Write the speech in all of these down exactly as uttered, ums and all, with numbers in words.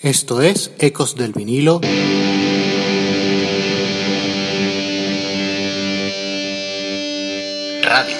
Esto es Ecos del Vinilo. Radio.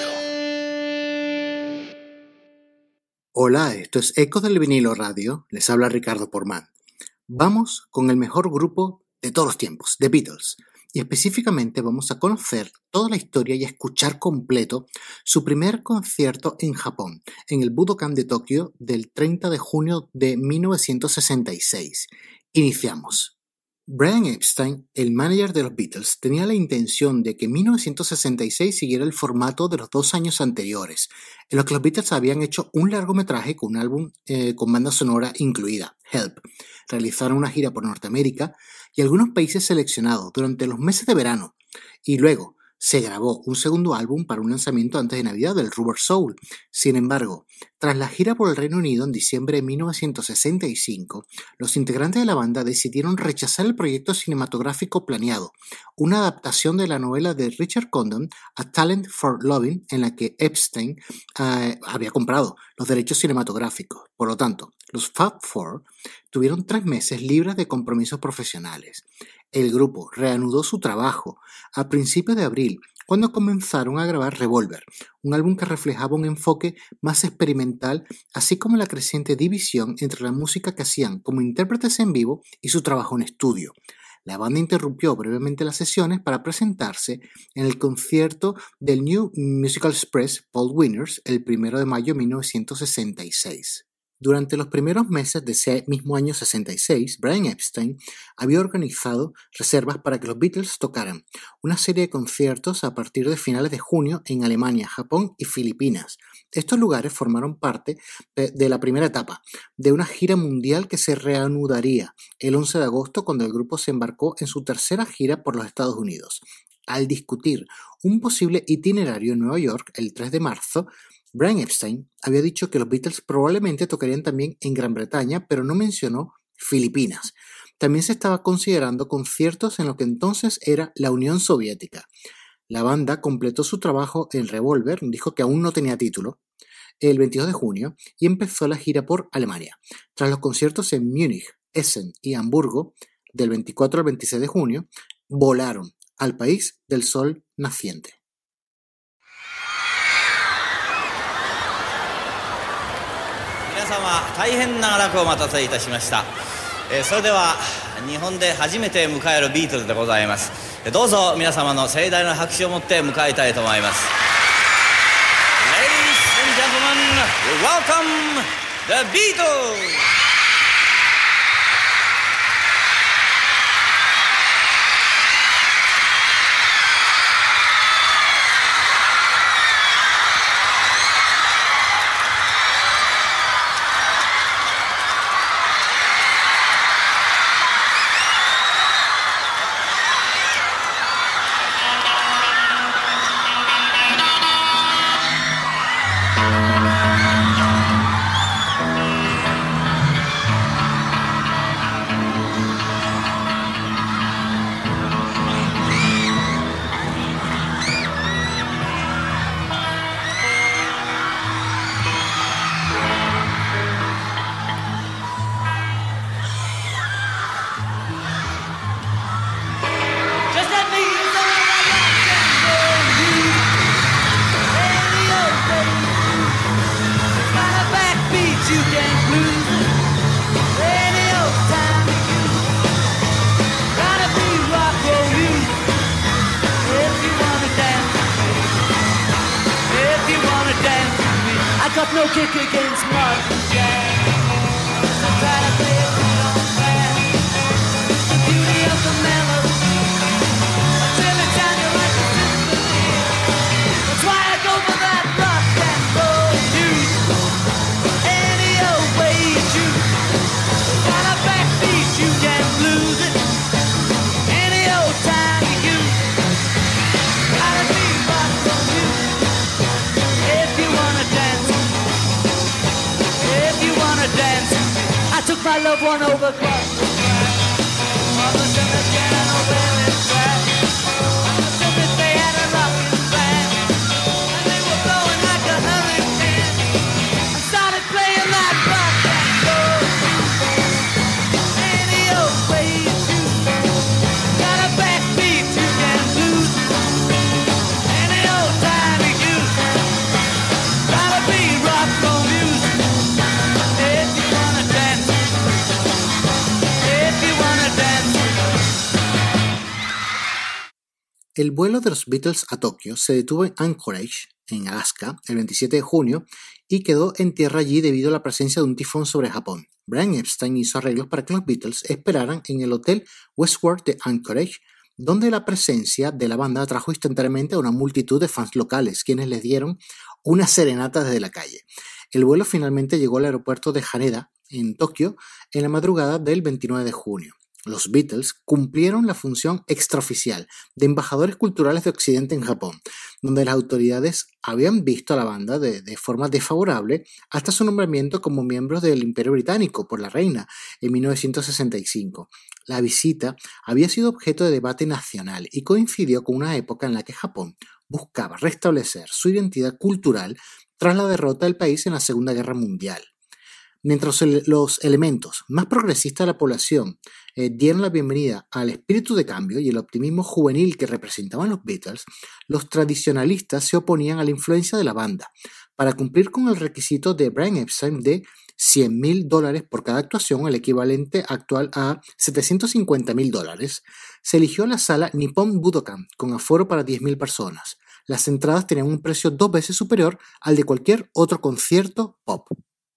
Hola, esto es Ecos del Vinilo Radio. Les habla Ricardo Portmán. Vamos con el mejor grupo de todos los tiempos, The Beatles. Y específicamente vamos a conocer toda la historia y a escuchar completo su primer concierto en Japón, en el Budokan de Tokio del treinta de junio de mil novecientos sesenta y seis. Iniciamos. Brian Epstein, el manager de los Beatles, tenía la intención de que mil novecientos sesenta y seis siguiera el formato de los dos años anteriores, en los que los Beatles habían hecho un largometraje con un álbum eh, con banda sonora incluida, Help. Realizaron una gira por Norteamérica y algunos países seleccionados durante los meses de verano, y luego se grabó un segundo álbum para un lanzamiento antes de Navidad del Rubber Soul. Sin embargo, tras la gira por el Reino Unido en diciembre de mil novecientos sesenta y cinco, los integrantes de la banda decidieron rechazar el proyecto cinematográfico planeado, una adaptación de la novela de Richard Condon, A Talent for Loving, en la que Epstein eh, había comprado los derechos cinematográficos. Por lo tanto, los Fab Four tuvieron tres meses libres de compromisos profesionales. El grupo reanudó su trabajo a principios de abril, cuando comenzaron a grabar Revolver, un álbum que reflejaba un enfoque más experimental, así como la creciente división entre la música que hacían como intérpretes en vivo y su trabajo en estudio. La banda interrumpió brevemente las sesiones para presentarse en el concierto del New Musical Express Paul Winners el primero de mayo de mil novecientos sesenta y seis. Durante los primeros meses de ese mismo año sesenta y seis, Brian Epstein había organizado reservas para que los Beatles tocaran una serie de conciertos a partir de finales de junio en Alemania, Japón y Filipinas. Estos lugares formaron parte de la primera etapa de una gira mundial que se reanudaría el once de agosto, cuando el grupo se embarcó en su tercera gira por los Estados Unidos. Al discutir un posible itinerario en Nueva York el tres de marzo, Brian Epstein había dicho que los Beatles probablemente tocarían también en Gran Bretaña, pero no mencionó Filipinas. También se estaba considerando conciertos en lo que entonces era la Unión Soviética. La banda completó su trabajo en Revolver, un disco que aún no tenía título, el veintidós de junio, y empezó la gira por Alemania. Tras los conciertos en Múnich, Essen y Hamburgo, del veinticuatro al veintiséis de junio, volaron al país del sol naciente. 皆様大変長らくお待たせいたしました。えー、それでは日本で初めて迎えるビートルズでございます。どうぞ皆様の盛大な拍手をもって迎えたいと思います。 Ladies and gentlemen, we welcome the Beatles! Got no kick against modern jazz. So try to play it right on fast. The beauty of the melody, until it's time to write the symphony. That's why I go for that rock and roll blues. Any old way you choose. Got a backbeat, you can't lose it. Any old time you use. Gotta be rock on you. If you wanna dance. Dance. I took my loved one over across the track. Mother said the piano well in track. Mother said that they had a rockin' band, and they were blowing like a hurricane. I started playing that rock and roll. El vuelo de los Beatles a Tokio se detuvo en Anchorage, en Alaska, el veintisiete de junio, y quedó en tierra allí debido a la presencia de un tifón sobre Japón. Brian Epstein hizo arreglos para que los Beatles esperaran en el Hotel Westward de Anchorage, donde la presencia de la banda atrajo instantáneamente a una multitud de fans locales, quienes les dieron una serenata desde la calle. El vuelo finalmente llegó al aeropuerto de Haneda, en Tokio, en la madrugada del veintinueve de junio. Los Beatles cumplieron la función extraoficial de embajadores culturales de Occidente en Japón, donde las autoridades habían visto a la banda de, de forma desfavorable hasta su nombramiento como miembros del Imperio Británico por la reina en mil novecientos sesenta y cinco. La visita había sido objeto de debate nacional y coincidió con una época en la que Japón buscaba restablecer su identidad cultural tras la derrota del país en la Segunda Guerra Mundial. Mientras los elementos más progresistas de la población eh, dieron la bienvenida al espíritu de cambio y el optimismo juvenil que representaban los Beatles, los tradicionalistas se oponían a la influencia de la banda. Para cumplir con el requisito de Brian Epstein de cien mil dólares por cada actuación, el equivalente actual a setecientos cincuenta mil dólares, se eligió la sala Nippon Budokan con aforo para diez mil personas. Las entradas tenían un precio dos veces superior al de cualquier otro concierto pop.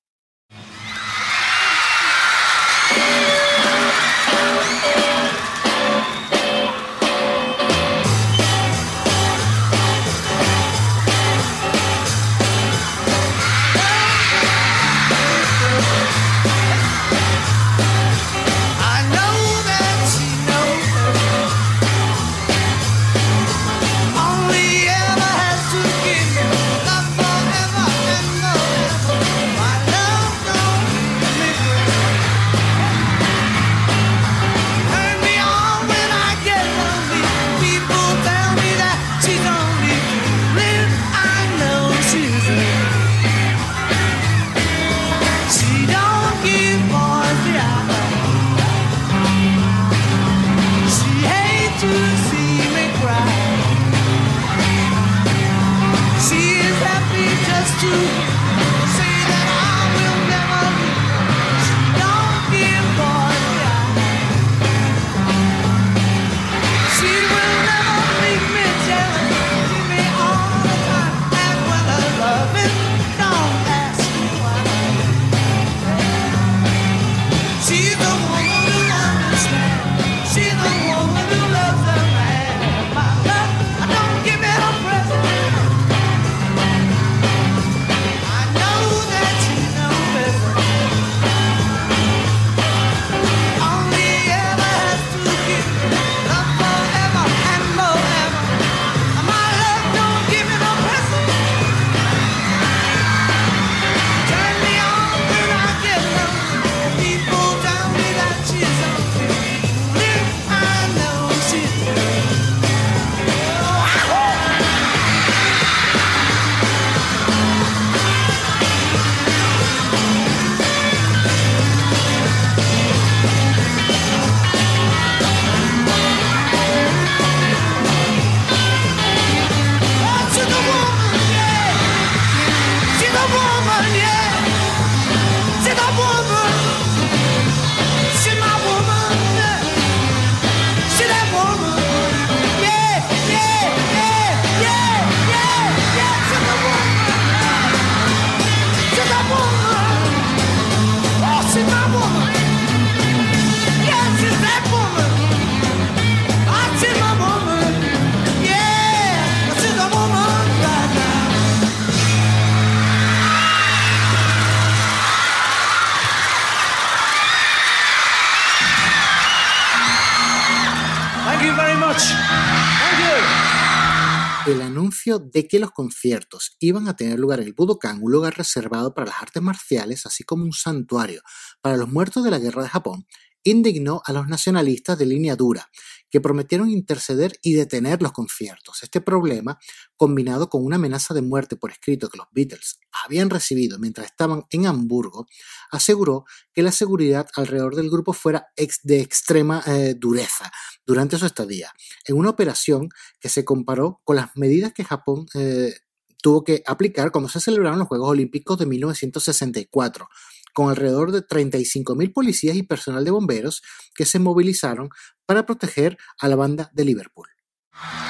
El anuncio de que los conciertos iban a tener lugar en el Budokan, un lugar reservado para las artes marciales, así como un santuario para los muertos de la guerra de Japón, indignó a los nacionalistas de línea dura, que prometieron interceder y detener los conciertos. Este problema, combinado con una amenaza de muerte por escrito que los Beatles habían recibido mientras estaban en Hamburgo, aseguró que la seguridad alrededor del grupo fuera ex de extrema eh, dureza durante su estadía, en una operación que se comparó con las medidas que Japón eh, tuvo que aplicar cuando se celebraron los Juegos Olímpicos de mil novecientos sesenta y cuatro, con alrededor de treinta y cinco mil policías y personal de bomberos que se movilizaron para proteger a la banda de Liverpool.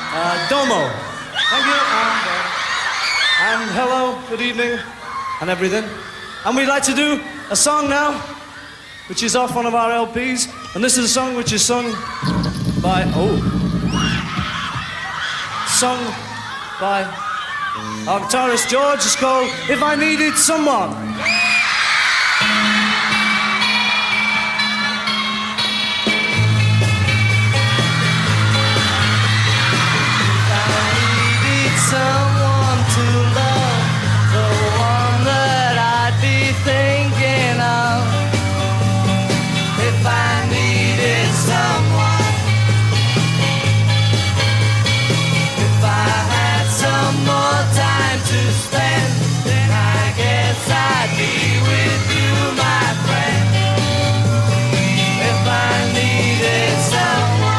Uh, domo. Thank you. And, uh, and hello, good evening, and everything. And we'd like to do a song now, which is off one of our L Ps. And this is a song which is sung by, oh, sung by our guitarist George. It's called If I Needed Someone. Someone to love, the one that I'd be thinking of. If I needed someone, if I had some more time to spend, then I guess I'd be with you, my friend. If I needed someone,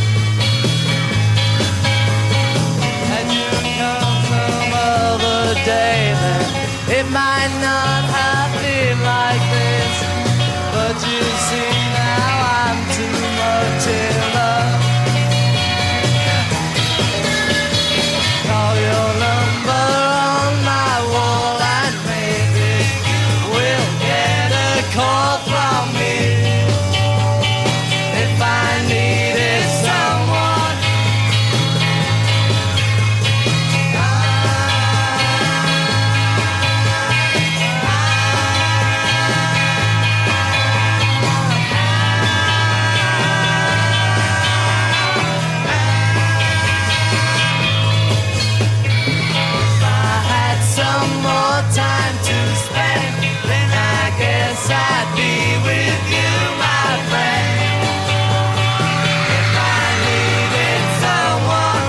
day, then it might not have been like this, but you see now I'm too much in love. Call your number on my wall and maybe we'll get a call from me. If I needed someone, time to spend, then I guess I'd be with you, my friend. If I needed someone,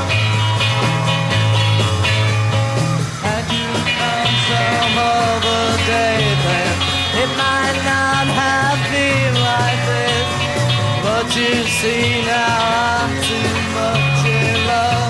had you come some other day, then it might not have been like this, but you see now I'm too much in love.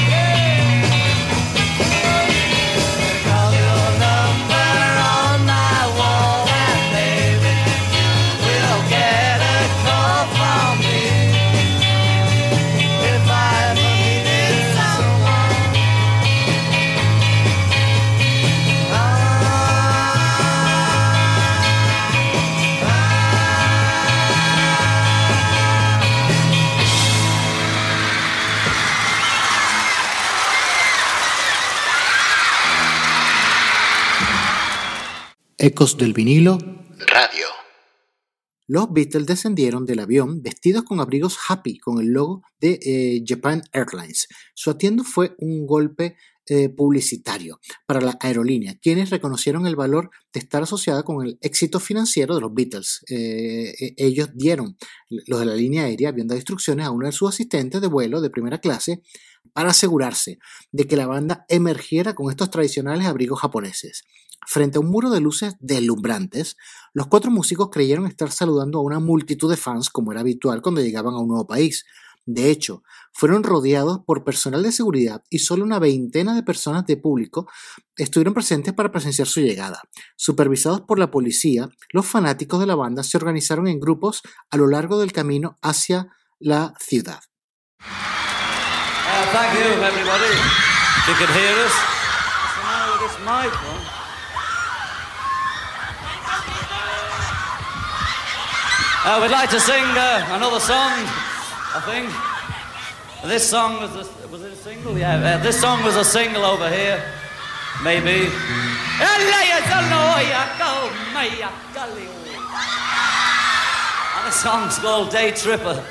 Ecos del vinilo radio. Los Beatles descendieron del avión vestidos con abrigos Happy con el logo de eh, Japan Airlines. Su atuendo fue un golpe eh, publicitario para la aerolínea, quienes reconocieron el valor de estar asociada con el éxito financiero de los Beatles. Eh, ellos dieron, los de la línea aérea, habían dado instrucciones a uno de sus asistentes de vuelo de primera clase para asegurarse de que la banda emergiera con estos tradicionales abrigos japoneses. Frente a un muro de luces deslumbrantes, los cuatro músicos creyeron estar saludando a una multitud de fans como era habitual cuando llegaban a un nuevo país. De hecho, fueron rodeados por personal de seguridad y solo una veintena de personas de público estuvieron presentes para presenciar su llegada. Supervisados por la policía, los fanáticos de la banda se organizaron en grupos a lo largo del camino hacia la ciudad. Uh, thank you, everybody. If you can hear us. What's the matter with this mic, man? Uh, we'd like to sing uh, another song, I think. This song was a, was it a single? Yeah, uh, this song was a single over here, maybe. And the song's called Day Tripper.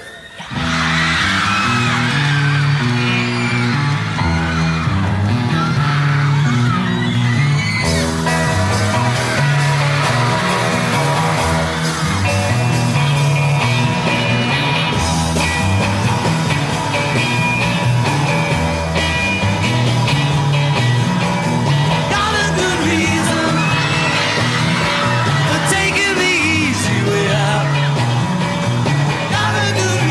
Take it easy way out. Got a good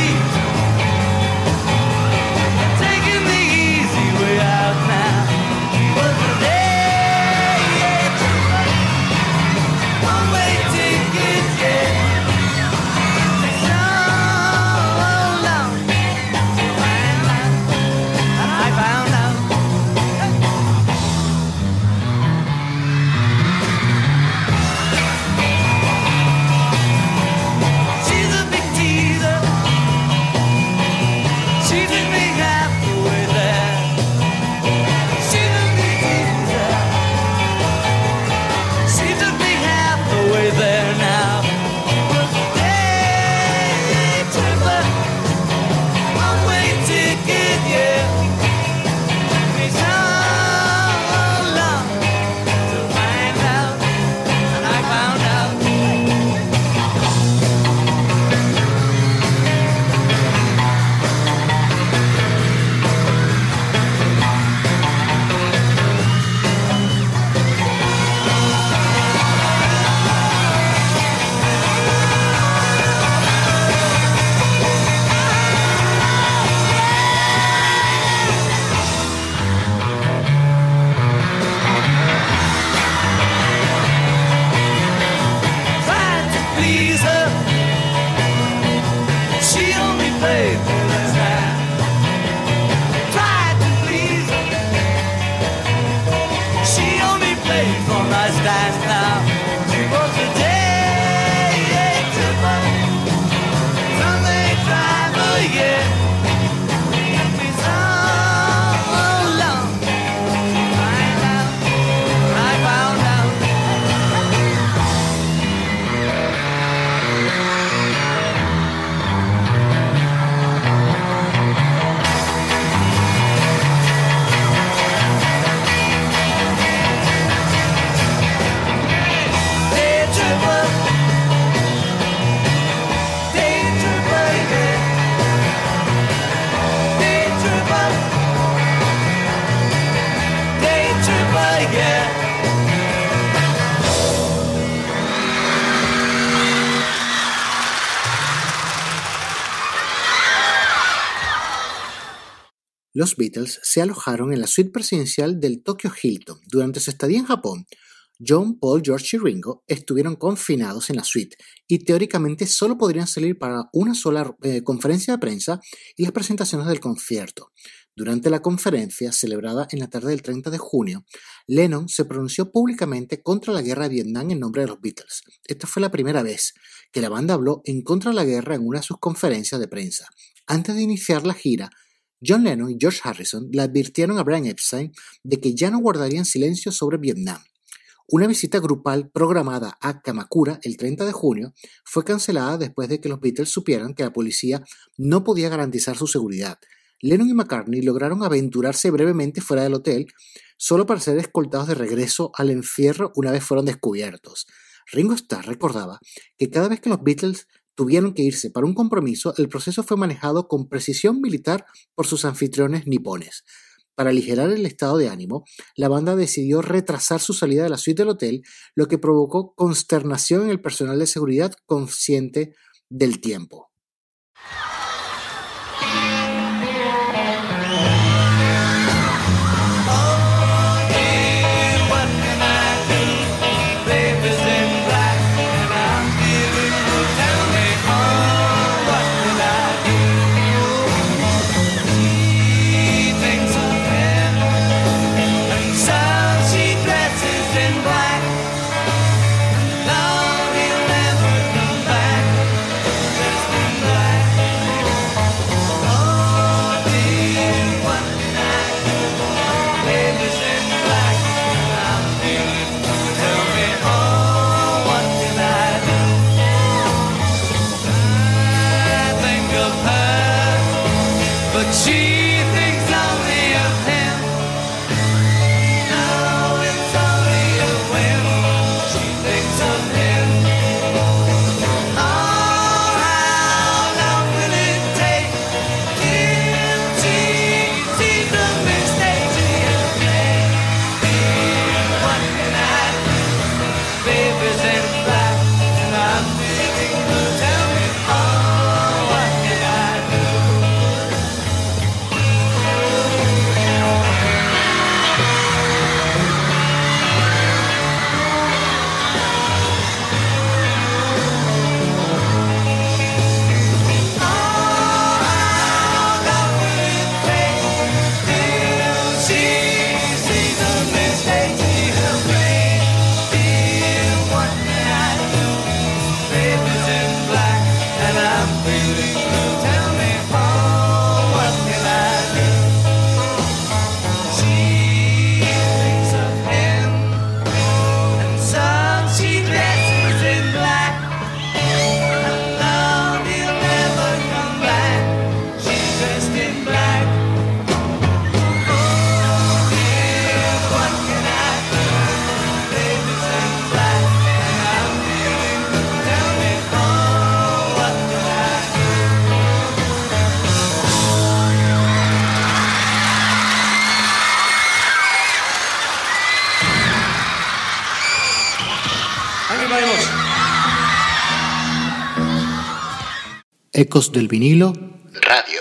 Los Beatles se alojaron en la suite presidencial del Tokyo Hilton. Durante su estadía en Japón, John, Paul, George y Ringo estuvieron confinados en la suite y teóricamente solo podrían salir para una sola eh, conferencia de prensa y las presentaciones del concierto. Durante la conferencia, celebrada en la tarde del treinta de junio, Lennon se pronunció públicamente contra la guerra de Vietnam en nombre de los Beatles. Esta fue la primera vez que la banda habló en contra de la guerra en una de sus conferencias de prensa. Antes de iniciar la gira, John Lennon y George Harrison le advirtieron a Brian Epstein de que ya no guardarían silencio sobre Vietnam. Una visita grupal programada a Kamakura el treinta de junio fue cancelada después de que los Beatles supieran que la policía no podía garantizar su seguridad. Lennon y McCartney lograron aventurarse brevemente fuera del hotel, solo para ser escoltados de regreso al encierro una vez fueron descubiertos. Ringo Starr recordaba que cada vez que los Beatles tuvieron que irse para un compromiso, el proceso fue manejado con precisión militar por sus anfitriones nipones. Para aligerar el estado de ánimo, la banda decidió retrasar su salida de la suite del hotel, lo que provocó consternación en el personal de seguridad consciente del tiempo. Ecos del vinilo Radio.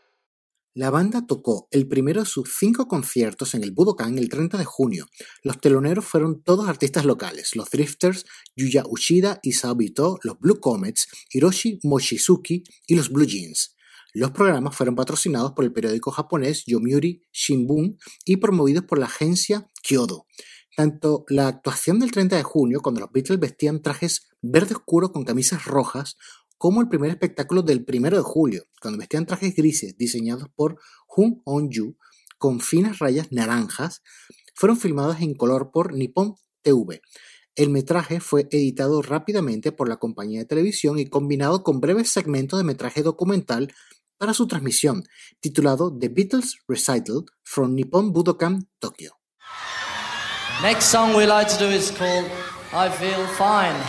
La banda tocó el primero de sus cinco conciertos en el Budokan el treinta de junio. Los teloneros fueron todos artistas locales: los Drifters, Yuya Uchida, Isao Bitō, los Blue Comets, Hiroshi Mochizuki y los Blue Jeans. Los programas fueron patrocinados por el periódico japonés Yomiuri Shimbun y promovidos por la agencia Kyodo. Tanto la actuación del treinta de junio, cuando los Beatles vestían trajes verde oscuro con camisas rojas, como el primer espectáculo del primero de julio, cuando vestían trajes grises diseñados por Jun On-yu con finas rayas naranjas, fueron filmadas en color por Nippon T V. El metraje fue editado rápidamente por la compañía de televisión y combinado con breves segmentos de metraje documental para su transmisión, titulado The Beatles Recital from Nippon Budokan, Tokyo. Next song we like to do is called I Feel Fine.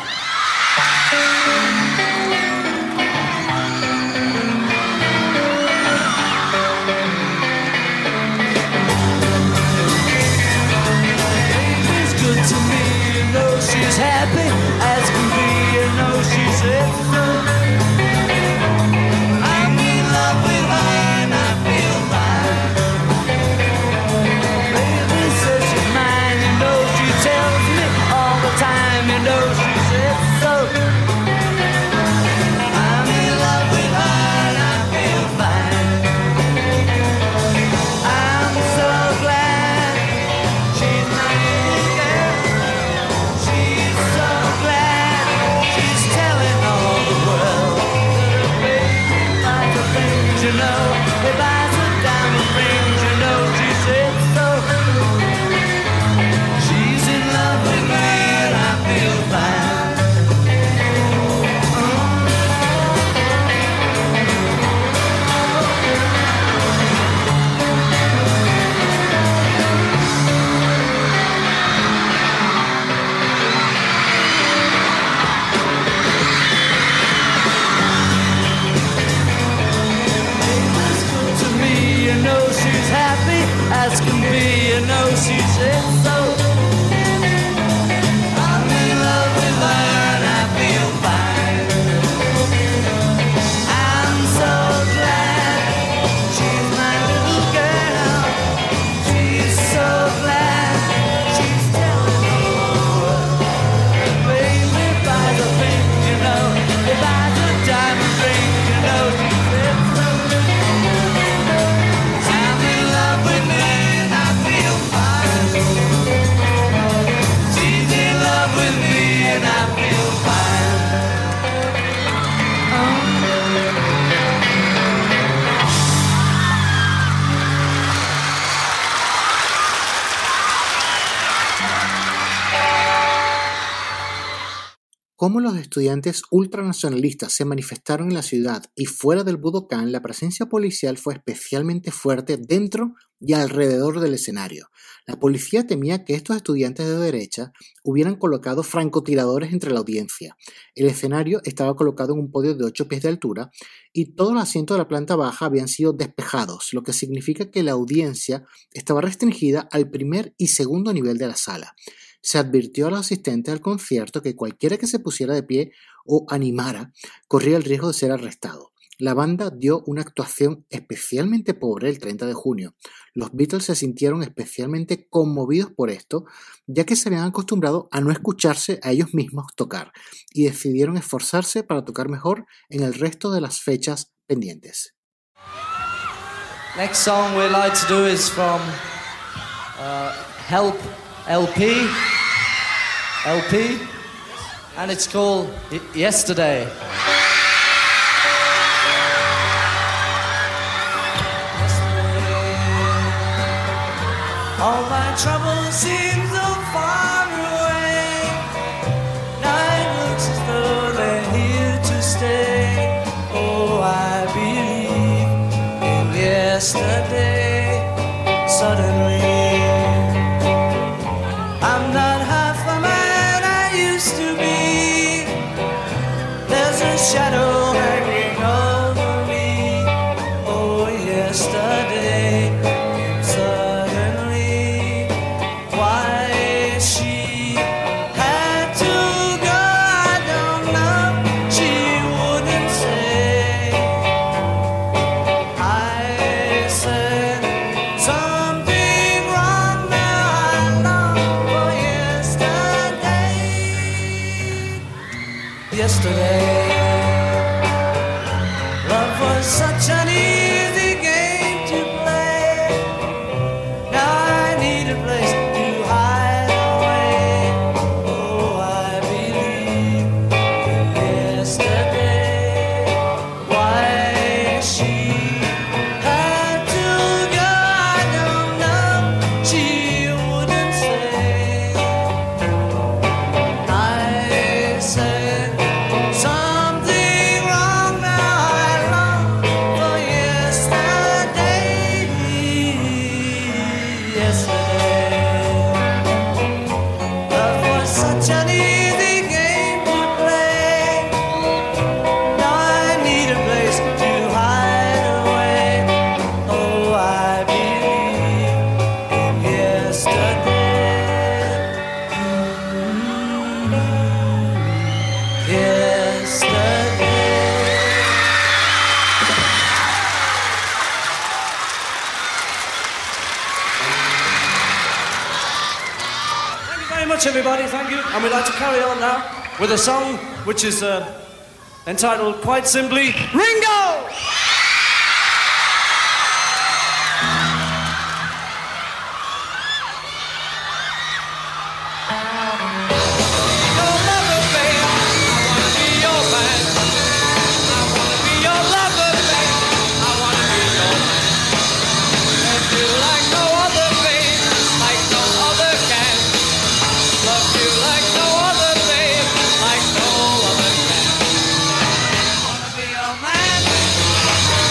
She's happy as can be, you know she's it. I'm in love with her and I feel fine. cómo los estudiantes ultranacionalistas se manifestaron en la ciudad y fuera del Budokan, la presencia policial fue especialmente fuerte dentro y alrededor del escenario. La policía temía que estos estudiantes de derecha hubieran colocado francotiradores entre la audiencia. El escenario estaba colocado en un podio de ocho pies de altura y todos los asientos de la planta baja habían sido despejados, lo que significa que la audiencia estaba restringida al primer y segundo nivel de la sala. Se advirtió a los asistentes al concierto que cualquiera que se pusiera de pie o animara corría el riesgo de ser arrestado. La banda dio una actuación especialmente pobre el treinta de junio. Los Beatles se sintieron especialmente conmovidos por esto, ya que se habían acostumbrado a no escucharse a ellos mismos tocar y decidieron esforzarse para tocar mejor en el resto de las fechas pendientes. Next song we'd like to do is from uh, Help L P, L P, and it's called Y- Yesterday. All my troubles seem so far away. Night looks as though they're here to stay. Oh, I believe in yesterday. Suddenly, I'm not half the man I used to be. There's a shadow hanging over me. Oh, yesterday. Yesterday, love was such an easy game to play. Now I need a place to hide away. Oh, I believe in yesterday. Why she had to go, I don't know. She wouldn't say. I said something wrong now, I long for yesterday, yesterday. Love was such an easy game to play. Now I need a place to hide away. Oh, I believe in yesterday. Yesterday. Thank you very much, everybody. Thank you. And we'd like to carry on now with a song which is uh, entitled quite simply Ringo! Your lover, babe. I wanna be your man. I wanna be your lover, babe. I wanna be your man. Love you like no other, babe. Like no other can. Love you like no other, babe. Like no other can. I wanna be your man.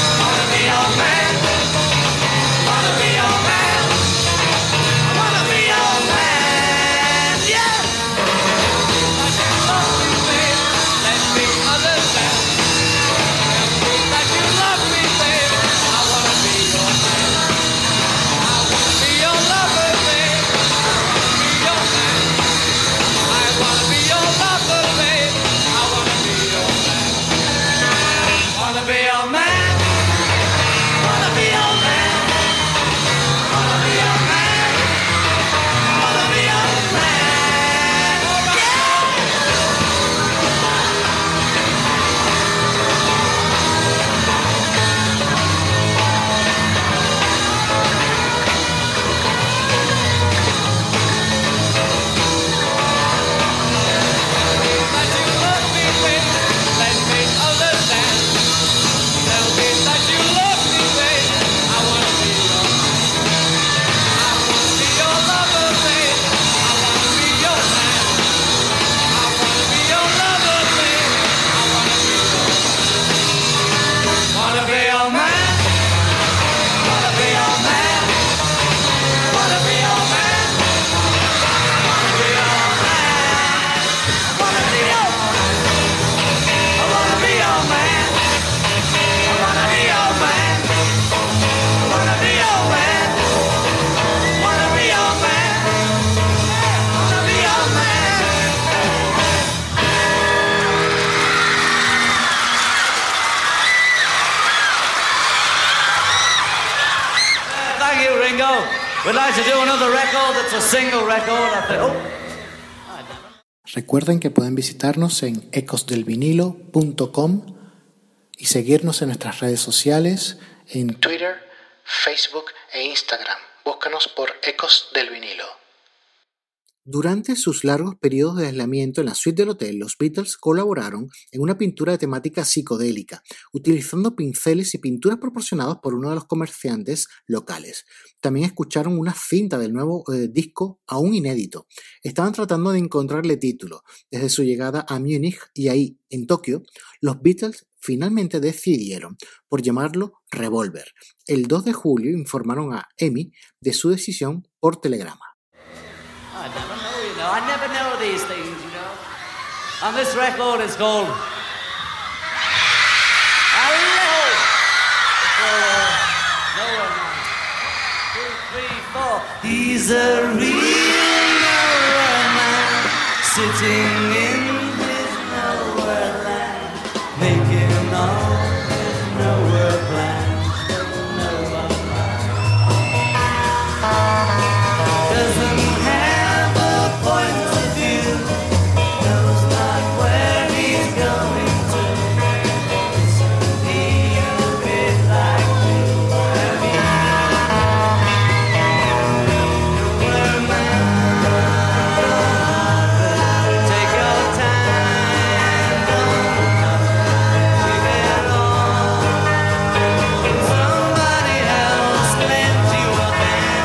Ringo. We'd like to do another record that's a single record. I think, oh. Recuerden que pueden visitarnos en ecos del vinilo punto com y seguirnos en nuestras redes sociales en Twitter, Facebook e Instagram. Búscanos por Ecos del Vinilo. Durante sus largos periodos de aislamiento en la suite del hotel, los Beatles colaboraron en una pintura de temática psicodélica, utilizando pinceles y pinturas proporcionados por uno de los comerciantes locales. También escucharon una cinta del nuevo eh, disco aún inédito. Estaban tratando de encontrarle título. Desde su llegada a Múnich y ahí, en Tokio, los Beatles finalmente decidieron por llamarlo Revolver. El dos de julio informaron a EMI de su decisión por telegrama. I never know, you know. I never know these things, you know. And this record is called Hello. It's called uh, Nowhere Man. Two, three, four. He's a real nowhere man, sitting in his nowhere land, making all his nowhere plans. Nowhere man doesn't have point of view, knows not where he's going to. Listen, he'll be like you and me. Nowhere man, take your time, don't leave it all. Somebody else lends you a hand.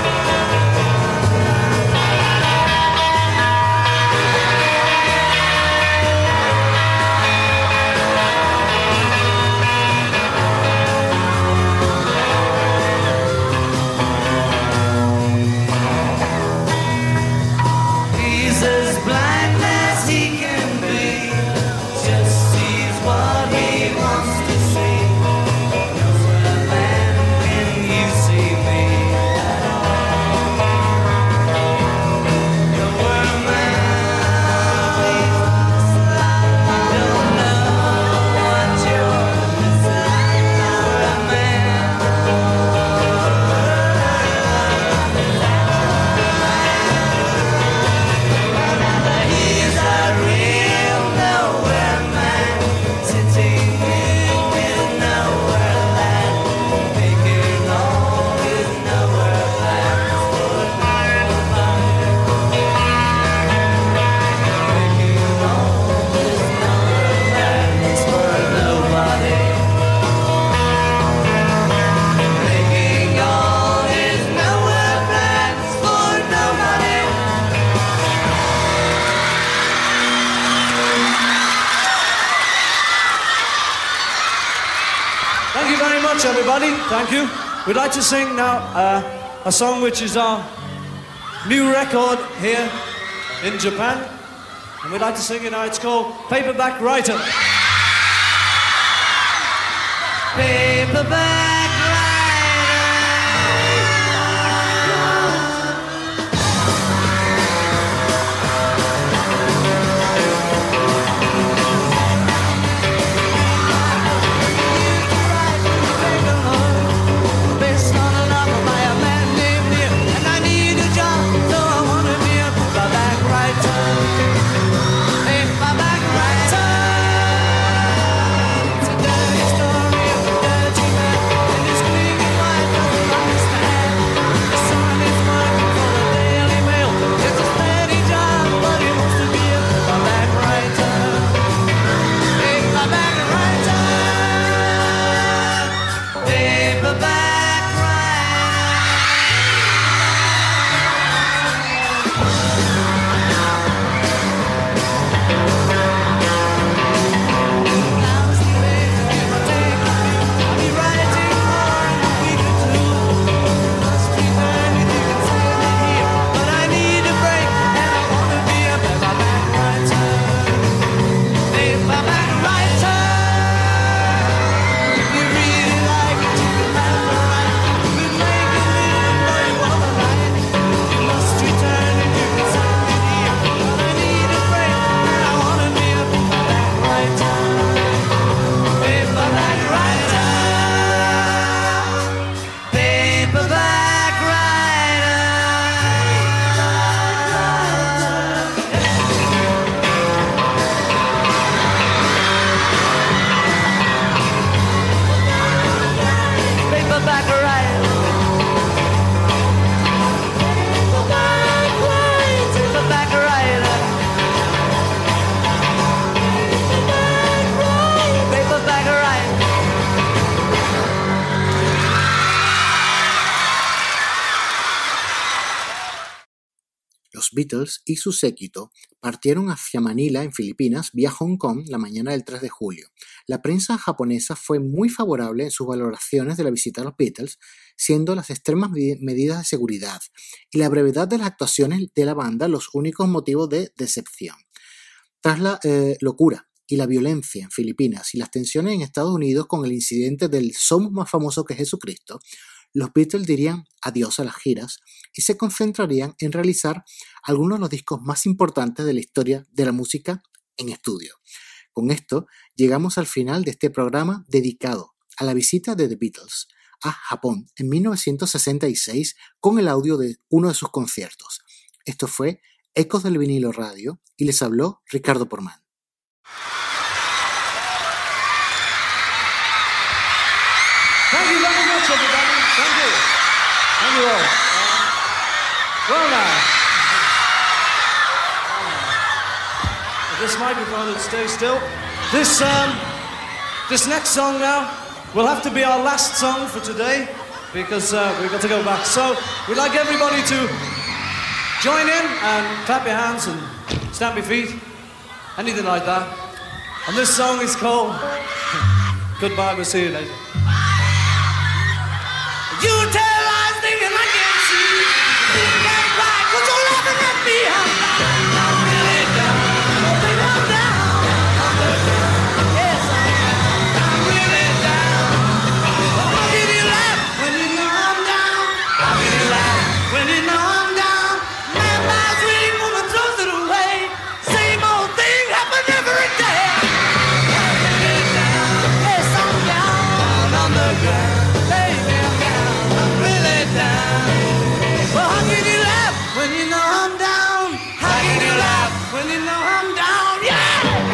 He's as blind as he can be, just sees what he wants to see. Nowhere man can you see me at all. Nowhere man, please, don't know what you're missing. Nowhere man. He's a real nowhere man, sitting in his nowhere land, making all his nowhere plans for nobody. Making all his nowhere plans for nobody. Making all his nowhere plans for nobody. Thank you very much, everybody. Thank you. We'd like to sing now uh, a song which is our new record here in Japan. And we'd like to sing it now. It's called Paperback Writer. Paperback based on a novel by a man named Neil, and I need a job, so I want to be a paperback writer. Paperback writer. It's a dirty story of a dirty man Beatles y su séquito partieron hacia Manila, en Filipinas, vía Hong Kong la mañana del tres de julio. La prensa japonesa fue muy favorable en sus valoraciones de la visita a los Beatles, siendo las extremas medidas de seguridad y la brevedad de las actuaciones de la banda los únicos motivos de decepción. Tras la eh, locura y la violencia en Filipinas y las tensiones en Estados Unidos con el incidente del "somos más famosos que Jesucristo", los Beatles dirían adiós a las giras y se concentrarían en realizar algunos de los discos más importantes de la historia de la música en estudio. Con esto llegamos al final de este programa dedicado a la visita de The Beatles a Japón en mil novecientos sesenta y seis con el audio de uno de sus conciertos. Esto fue Ecos del Vinilo Radio y les habló Ricardo Porman. Thank you very much, everybody. Thank you. Thank you all. Um, well now, if this microphone would stay still. This um, this next song now will have to be our last song for today because uh, we've got to go back. So we'd like everybody to join in and clap your hands and stamp your feet, anything like that. And this song is called Goodbye, We'll See You Later. You tell lies thinking I can't see. You can't cry, cause you're laughing at me. I'm down, I'm really down. Oh, baby, I'm down. Yes, I'm down. I'm really down. Oh, how can you laugh when you know I'm down? How can you laugh when you know I'm down? Man buys ring, woman throws it away. Same old thing happen every day. I'm really down. Yes, I'm down on the ground. Baby, I'm down. Well, how can you laugh when you know I'm down? How can you laugh when you know I'm down? Yeah!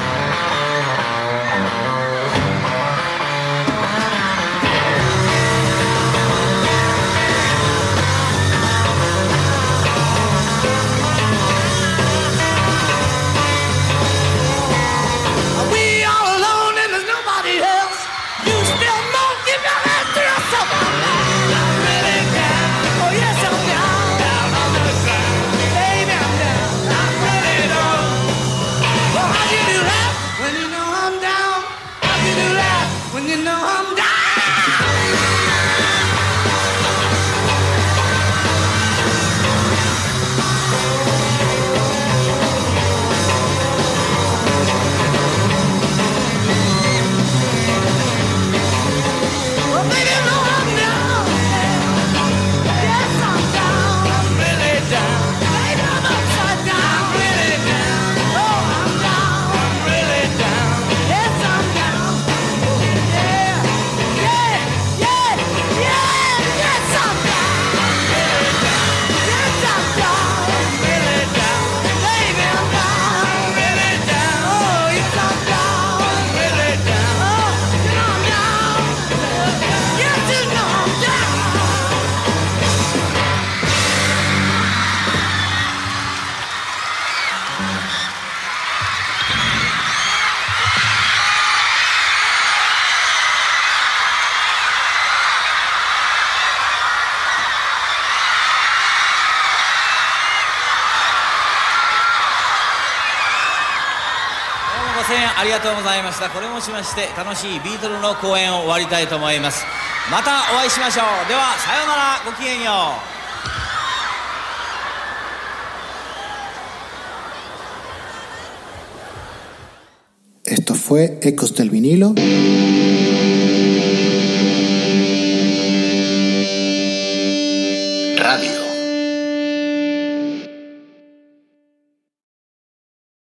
Are we all alone and there's nobody else? You still know, give your hands to yourself. I'm down. I'm really down. Oh yes, I'm down. Down on the ground. Baby, I'm down. I'm really down. Well, how can you laugh when you know I'm down? How can you laugh when you know I'm down? Well, baby, you know I'm down. Yes, I'm down. I'm really down. Baby, I'm upside down. I'm really down. Oh, I'm down. I'm really down. Yes, I'm down. Yeah, yeah, yeah, yeah. Yes, I'm down. I'm really down. Yes, I'm down. I'm really down. Baby, I'm down. I'm really down. Oh, yes, I'm down. I'm really down. Oh, you know I'm down. Yes, you know I'm down. ご声援ありがとうございました。これもしまして楽しいビートルの公演を終わりたいと思います。またお会いしましょう。ではさようなら、ごきげんよう。 Esto fue Ecos del Vinilo